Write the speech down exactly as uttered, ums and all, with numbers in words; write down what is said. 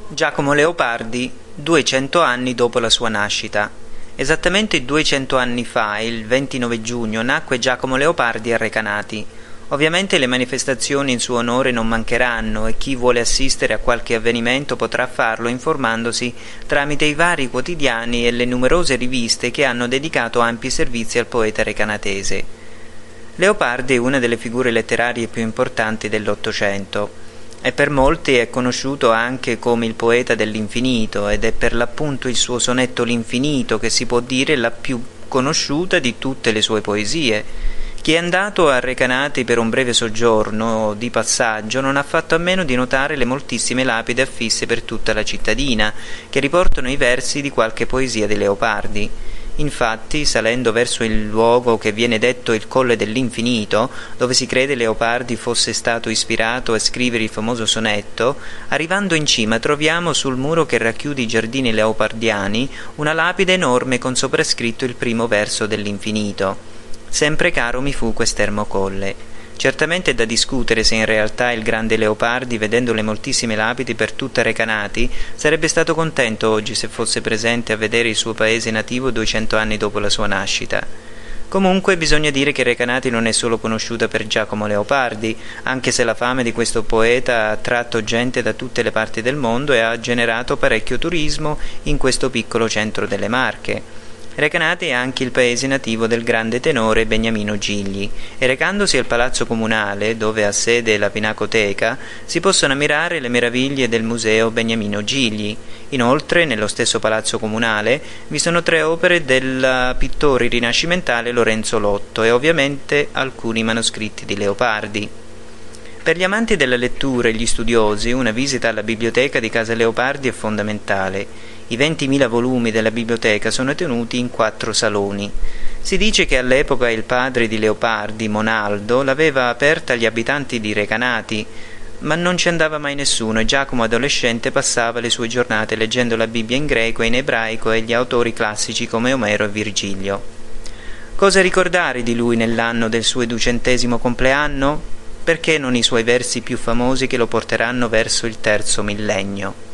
Giacomo Leopardi, duecento anni dopo la sua nascita. Esattamente duecento anni fa, il ventinove giugno, nacque Giacomo Leopardi a Recanati. Ovviamente le manifestazioni in suo onore non mancheranno e chi vuole assistere a qualche avvenimento potrà farlo informandosi tramite i vari quotidiani e le numerose riviste che hanno dedicato ampi servizi al poeta recanatese. Leopardi è una delle figure letterarie più importanti dell'Ottocento. E per molti è conosciuto anche come il poeta dell'infinito, ed è per l'appunto il suo sonetto L'Infinito che si può dire la più conosciuta di tutte le sue poesie. Chi è andato a Recanati per un breve soggiorno di passaggio non ha fatto a meno di notare le moltissime lapidi affisse per tutta la cittadina, che riportano i versi di qualche poesia di Leopardi. Infatti, salendo verso il luogo che viene detto il Colle dell'Infinito, dove si crede Leopardi fosse stato ispirato a scrivere il famoso sonetto, arrivando in cima troviamo sul muro che racchiude i giardini leopardiani una lapide enorme con soprascritto il primo verso dell'Infinito. Sempre caro mi fu quest'ermo colle. Certamente è da discutere se in realtà il grande Leopardi, vedendo le moltissime lapidi per tutta Recanati, sarebbe stato contento oggi se fosse presente a vedere il suo paese nativo duecento anni dopo la sua nascita. Comunque bisogna dire che Recanati non è solo conosciuta per Giacomo Leopardi, anche se la fame di questo poeta ha attratto gente da tutte le parti del mondo e ha generato parecchio turismo in questo piccolo centro delle Marche. Recanati è anche il paese nativo del grande tenore Beniamino Gigli e recandosi al Palazzo Comunale, dove ha sede la Pinacoteca, si possono ammirare le meraviglie del museo Beniamino Gigli. Inoltre, nello stesso Palazzo Comunale, vi sono tre opere del pittore rinascimentale Lorenzo Lotto e ovviamente alcuni manoscritti di Leopardi. Per gli amanti della lettura e gli studiosi, una visita alla biblioteca di Casa Leopardi è fondamentale. I ventimila volumi della biblioteca sono tenuti in quattro saloni. Si dice che all'epoca il padre di Leopardi, Monaldo, l'aveva aperta agli abitanti di Recanati, ma non ci andava mai nessuno e Giacomo adolescente passava le sue giornate leggendo la Bibbia in greco e in ebraico e gli autori classici come Omero e Virgilio. Cosa ricordare di lui nell'anno del suo duecentesimo compleanno? Perché non i suoi versi più famosi che lo porteranno verso il terzo millennio?